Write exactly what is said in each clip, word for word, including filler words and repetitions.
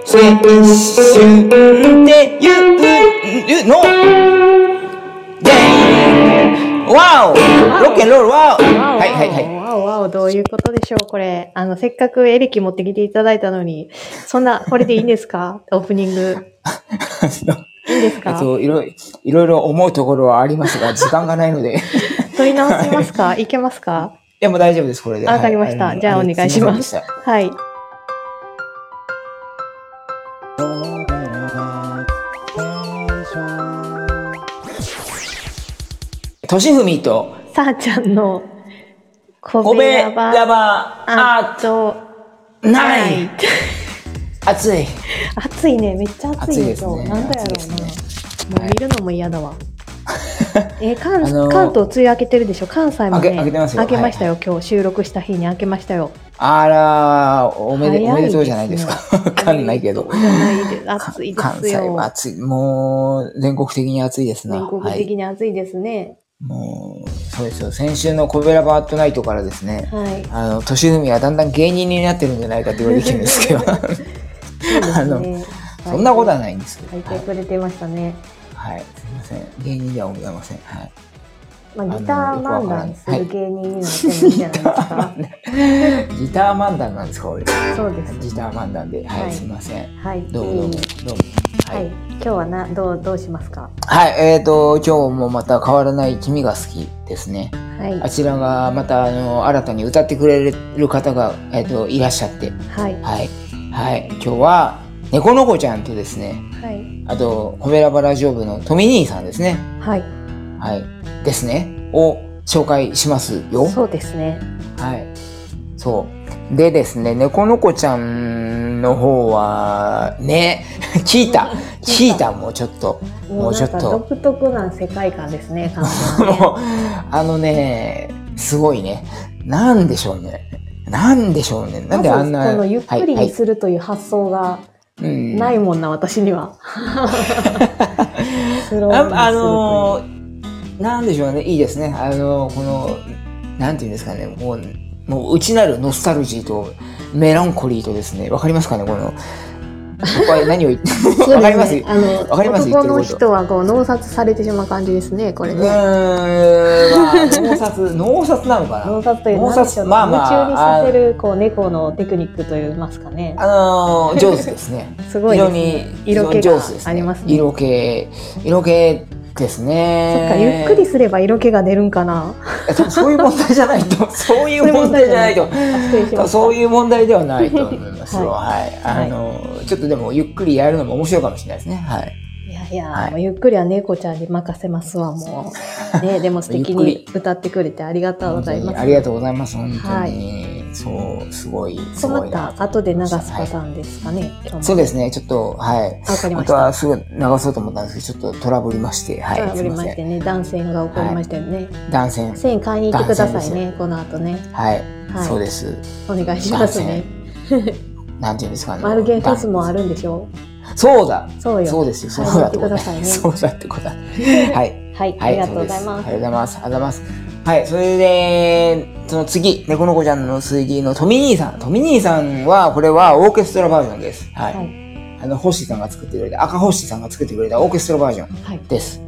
春っていうのでわおロッケンロールわおはいはいはいわおわおどういうことでしょうこれ。あの、せっかくエレキ持ってきていただいたのに、そんな、これでいいんですかオープニング。いいですか、 えっと、いろいろいろ思うところはありますが、時間がないので。 取り直しますかいけますかいや、もう大丈夫です、これで。 わかりました。はい、じゃあ、お願いします。はい。 としふみと、 さあちゃんの、 こべらばアートナイト。暑い。 暑いね。めっちゃ暑いですよ。 ね、 なんだやろうな。ね、もう見るのも嫌だわ。えー、関, あのー、関東梅雨明けてるでしょ。関西もね明けてますよ。 明けましたよ、はい、今日収録した日に明けましたよ。 あらおめで、ね、おめでとうじゃないですか。わかんないけど。 じゃないです。暑いですよ。 関西は暑い。もう全国的に暑いですな。 全国的に暑いですね。はい、 もうそうですよ。先週のコベラバートナイトからですね。 はい、 あのとしふみはだんだん芸人になってるんじゃないかって言われてるんですけど。 そうですね。 あのそんなことはないんですけど。 書いてくれてましたね。 はい、すみません。芸人ではございません。はい。 まあ、ギター漫談する芸人になってもいいんじゃないですか。 はい、ギター漫談なんですか、俺。 そうです。 ギター漫談で、はい、はい、すみません。 はい。 どうもどうもどうも。 はい。今日はなどうどうしますか。 はい、えっと今日もまた変わらない君が好きですね。はい。あちらがまたあの新たに歌ってくれる方がえっといらっしゃって、 はいはいはい。今日は猫の子ちゃんとですね。 はい。 あとコベラバラジオ部のトミ兄さんですね。 はい。 はいですね。を紹介しますよ。 そうですね。 はい。そうでですね、猫の子ちゃんの方はね、聞いた聞いたもうちょっともうちょっと独特な世界観ですね。感じね。 あのね、すごいね。なんでしょうね。なんでしょうね。なんであんなこのゆっくりにするという発想がないもんな、うん、私には。 あ, あのー。なんでしょうね、いいですね。あの、この、なんていうんですかね、もう、もう内なるノスタルジーとメランコリーとですね、わかりますかね、この、僕は何を言って、わかります？ あの、 わかります？ 男の人はこう、脳殺されてしまう感じですね、これね。 うーん、まあ、脳殺、脳殺なのかな？ 脳殺という、脳殺、まあまあ、夢中にさせる、こう、猫のテクニックといいますかね。 あのー、上手ですね。 すごいですね。色気がありますね。 色気、色気、ですね。 そっか、ゆっくりすれば色気が出るんかな。 そういう問題じゃないと、そういう問題じゃないと、そういう問題ではないと思いますよ。はい、はい、あの、はい、ちょっとでもゆっくりやるのも面白いかもしれないですね。はい。 いやいや、はい、もうゆっくりは猫ちゃんに任せますわ、もう。ね、でも素敵に歌ってくれてありがとうございます。 ありがとうございます、本当に。はい、そう、すごい。 すごいまた後で流すパターンですかね。はい、 今日もそうですね、ちょっと、はい。 わかりました。 本当はすぐ流そうと思ったんですけど、ちょっとトラブりまして、はい。 トラブりましてね、断線が起こりましたよね。はい、 断線。 線買いに行ってくださいね、この後ね。 はい。はい、そうです。 お願いしますね。 なんていうんですかね。 マルゲンフェスもあるんでしょ。 そうだ。 そうよ。 そうですよ。そうだってことだ。そうだってことだ。はい。 はい。ありがとうございます。 ありがとうございます。ありがとうございます。はい。それで、その次、猫の子ちゃんの次のトミ兄さん。トミ兄さんは、これはオーケストラバージョンです。はい。はい、あの、星さんが作ってくれた、赤星さんが作ってくれたオーケストラバージョンです。はい、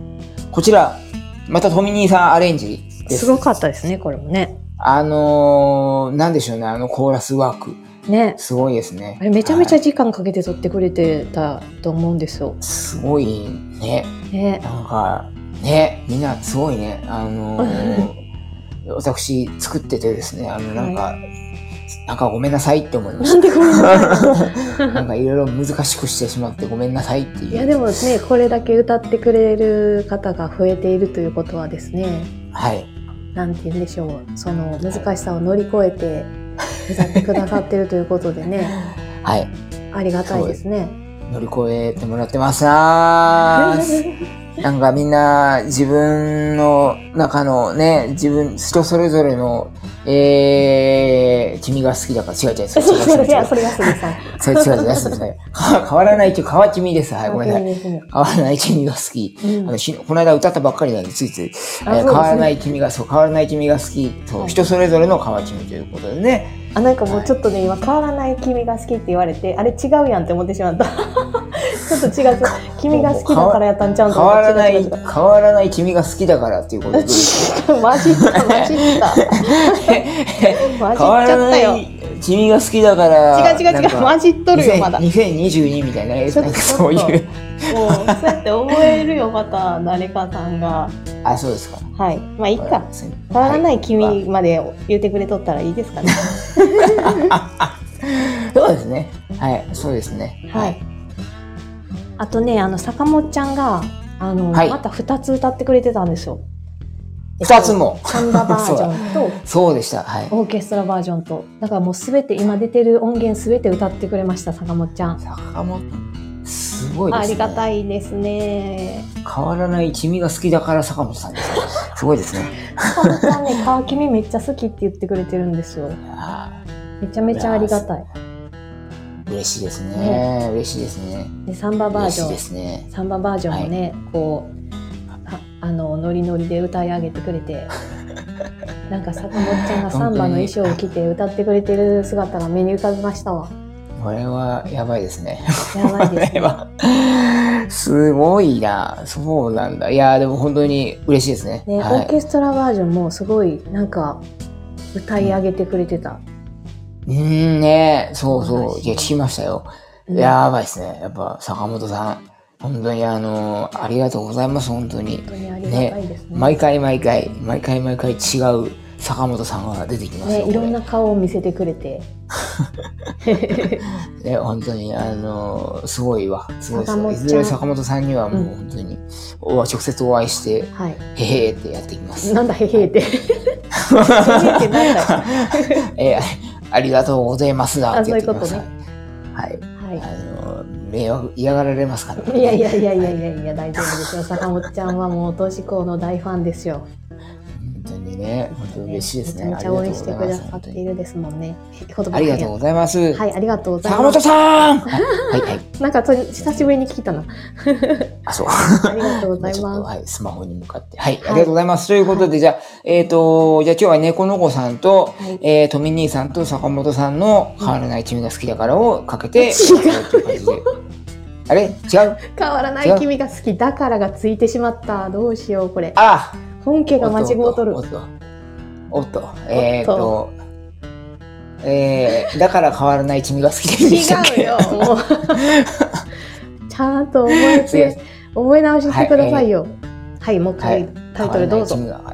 こちら、またトミ兄さんアレンジです。 すごかったですね、これもね。 あのー、なんでしょうね、あのコーラスワーク。 ね、 すごいですね。 あれめちゃめちゃ時間かけて撮ってくれてたと思うんですよ。 すごいね。 ね、 なんかね、みんなすごいね。あのー、私作っててですね、あのなんか、はい、なんかごめんなさいって思いました。 なんでごめんなさい。 なんかいろいろ難しくしてしまってごめんなさいっていう。 いやでもね、これだけ歌ってくれる方が増えているということはですね。 はい。 なんて言うんでしょう、その難しさを乗り越えて歌ってくださってるということでね。 はい。 ありがたいですね。 乗り越えてもらってますななんかみんな自分の中のね、自分、人それぞれの、えー、君が好きだから、違う違う、 それが好きです。それが好きです。 それ違う違う、それ違う。変わらない君、川君です。はい、ごめんなさい。変わらない君が好き。うん、あのしこの間歌ったばっかりなんで、ついつい、えーね、変わらない君が、そう、変わらない君が好き。そう、はい、人それぞれの川君ということでね。 あ、なんかもうちょっとね、今変わらない君が好きって言われて、あれ違うやんって思ってしまった。ちょっと違う。君が好きだからやったんちゃうんと変思った。 わらない違う違う違う変わらない君が好きだからっていうことでマジったマジったマジっ変わちゃらなったよ。 い君が好きだから違う違う違う、マジっとるよまだ。 にせんにじゅうにみたいなやつなんかそういうもうそうやって覚えるよまた誰かさんが。 あ、そうですか。 はい、まあいいか。 変変わらない君まで言ってくれとったらいいですかね。 そうですね。はい、そうですね。 はい。あとね、あの坂本ちゃんがあの、はい、またふたつ歌ってくれてたんですよ。 ふたつもサンババージョンとそうでした、はい、 オーケストラバージョンと、だからもうすべて今出てる音源すべて歌ってくれました坂本ちゃん。 坂本すごいですね。 ありがたいですね。 変わらない君が好きだから坂本さんです。すごいですね。 坂本さんね、川君めっちゃ好きって言ってくれてるんですよ。めちゃめちゃありがたい。 嬉しいですね。ね、嬉しいですね。 でサンババージョンですね。 サンババージョンもね、はい、こうああのノリノリで歌い上げてくれて、なんか坂本ちゃんがサンバの衣装を着て歌ってくれてる姿が目に浮かびましたわ。 これはやばいですね。 やばいですね。 すごいな。そうなんだ。いやでも本当に嬉しいですね。 ね、はい、オーケストラバージョンもすごいなんか歌い上げてくれてた。 うん、うんね、そうそう、いや聞きましたよ。うん、やばいですね。やっぱ坂本さん。本当にあのありがとうございます。本当に。 本当にありがたいですね。 ね、毎回毎回毎回毎回違う坂本さんが出てきますよ。 ね、いろんな顔を見せてくれて。 ね、本当にあのすごいわ。すごいですよ。いずれ坂本さんにはもう本当に、うん、直接お会いして、はい、へへーってやってきます。 なんだへへーって。へへーってなんだ。えー、ありがとうございますだって言ってください。はい。はい。あの迷惑嫌がられますから、ね。 いやいやいやいやいやいや大丈夫ですよ。坂本ちゃんはもう投資校の大ファンですよ。 本当にね、本当に嬉しいですね。 めちゃめちゃ応援してくださっているですもんね。 ありがとうございます。 はい、ありがとうございます。 坂本さん。はいはい。 なんか久しぶりに聞いたな。 あ、そう。 ありがとうございます。 はい、スマホに向かって。はい、ありがとうございます。ということで、じゃあ、えっと、じゃあ今日は猫の子さんと、えトミ兄さんと坂本さんの変わらない君が好きだからをかけて、あれ違う変わらない君が好きだからがついてしまった。どうしよう、これ。 あ本家が間違うとる。 おっと。おっと。えっと、えー、だから変わらない君が好きでしたっけ？ 違うよ、もう。ちゃんと覚えて、覚え直してくださいよ。はい、えーはい、もう一回、はい、タイトルどうぞ。 はい。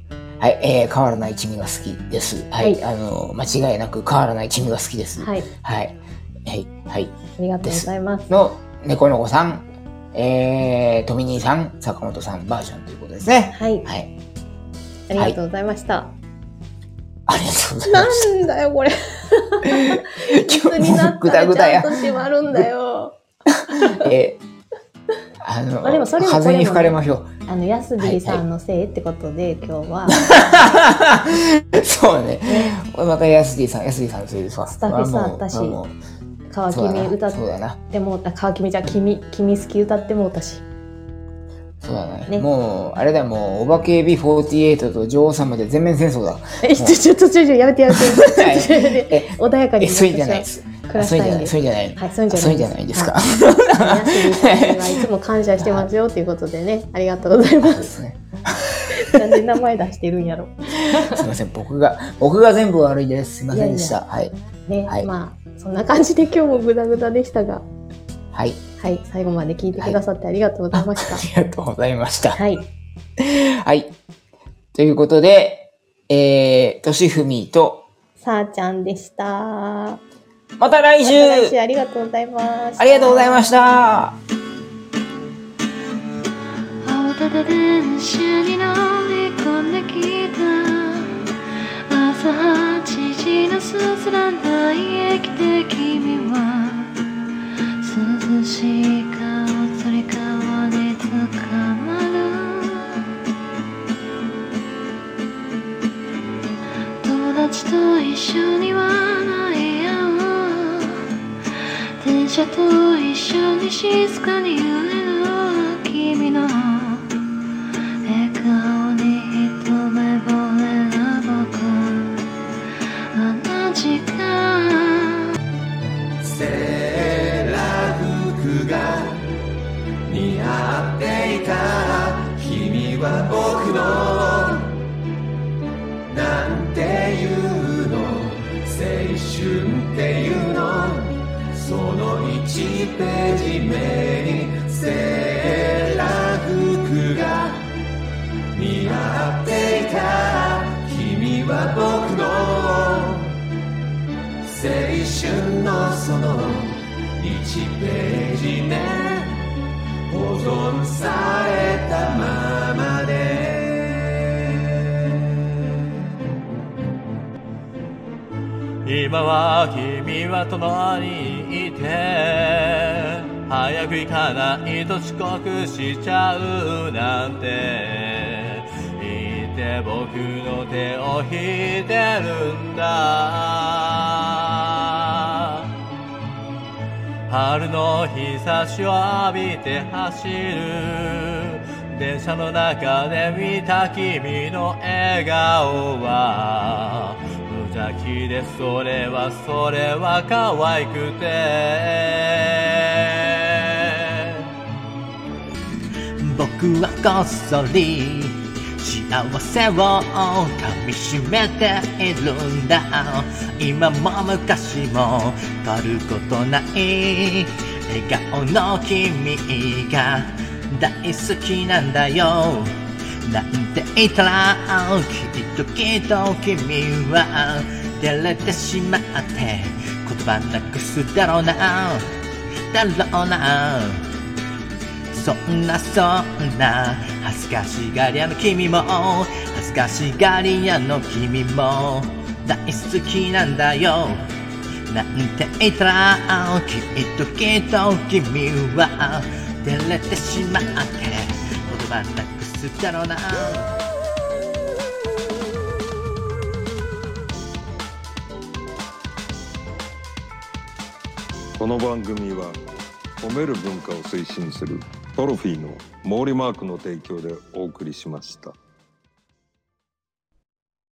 はい、えー、変わらない君が好きです。はい。はい、あの、間違いなく変わらない君が好きです。はい。はい。はい。はい。 ありがとうございます。 の、猫の子さん、えー、トミ兄さん、坂本さんバージョンということですね。 はい。はい。ありがとうございました。はい、 ありがとうございました。 なんだよ、これ。いつになったらちゃんと閉まるんだよ。 えー、あの、 まあ、でもそれも風に吹かれましょう。 あの、ヤスビーさんのせいってことで、はいはい、今日は。 そうね。ね、またヤスビーさん、ヤスビーさんのせいですわ。 スタッフさん、私。川君歌ってもうた、川君じゃ君、君好き歌ってもうたし。 そうだね。ね、もう、あれだよ、もう、お化けエビフォーティーエイトと女王様で全面戦争だ。 え、ちょ、ちょ、ちょ、ちょ、やめてやめて。穏やかに。 え、そういうんじゃないです。 暮らしたいんです。 そういうんじゃない。 はい、そういうんじゃない。 そういうんじゃないですか。 ヤスビーさんにはいつも感謝してますよということでね、ありがとうございます。なんで名前出してるんやろ。 すみません、僕が、僕が全部悪いです。すみませんでした。はい。 ね、はい、まあ、そんな感じで今日もグダグダでしたが。 はい。 はい、最後まで聞いてくださってありがとうございました。 はい、ありがとうございました。 はい。 はい。ということで、えー、としふみと、 さあちゃんでした。 また来週、 また来週ありがとうございます。 ありがとうございました。 電車に乗り込んできた朝はちじのすすらない駅で君は涼しい顔つり革につかまる友達と一緒に笑い合う電車と一緒に静かに揺れる君の笑顔に一目惚れな僕同じ合っていた君は僕のなんていうの青春っていうのそのいちページ目にセーラー服が似合っていた君は僕の青春のそのいちページ目保存されたままで今は君は共にいて早く行かないと遅刻しちゃうなんて言って僕の手を引いてるんだ春の日差しを浴びて走る電車の中で見た君の笑顔は無邪気でそれはそれは可愛くて僕はこっそり幸せを噛みしめているんだ今も昔も変わることない笑顔の君が大好きなんだよなんて言ったらきっときっと君は照れてしまって言葉なくすだろうなだろうなそんなそんな恥ずかしがり屋の君も恥ずかしがり屋の君も大好きなんだよなんて言ったらきっときっと君は照れてしまって言葉なくすだろうなこの番組は褒める文化を推進するトロフィーの毛利マークの提供でお送りしました。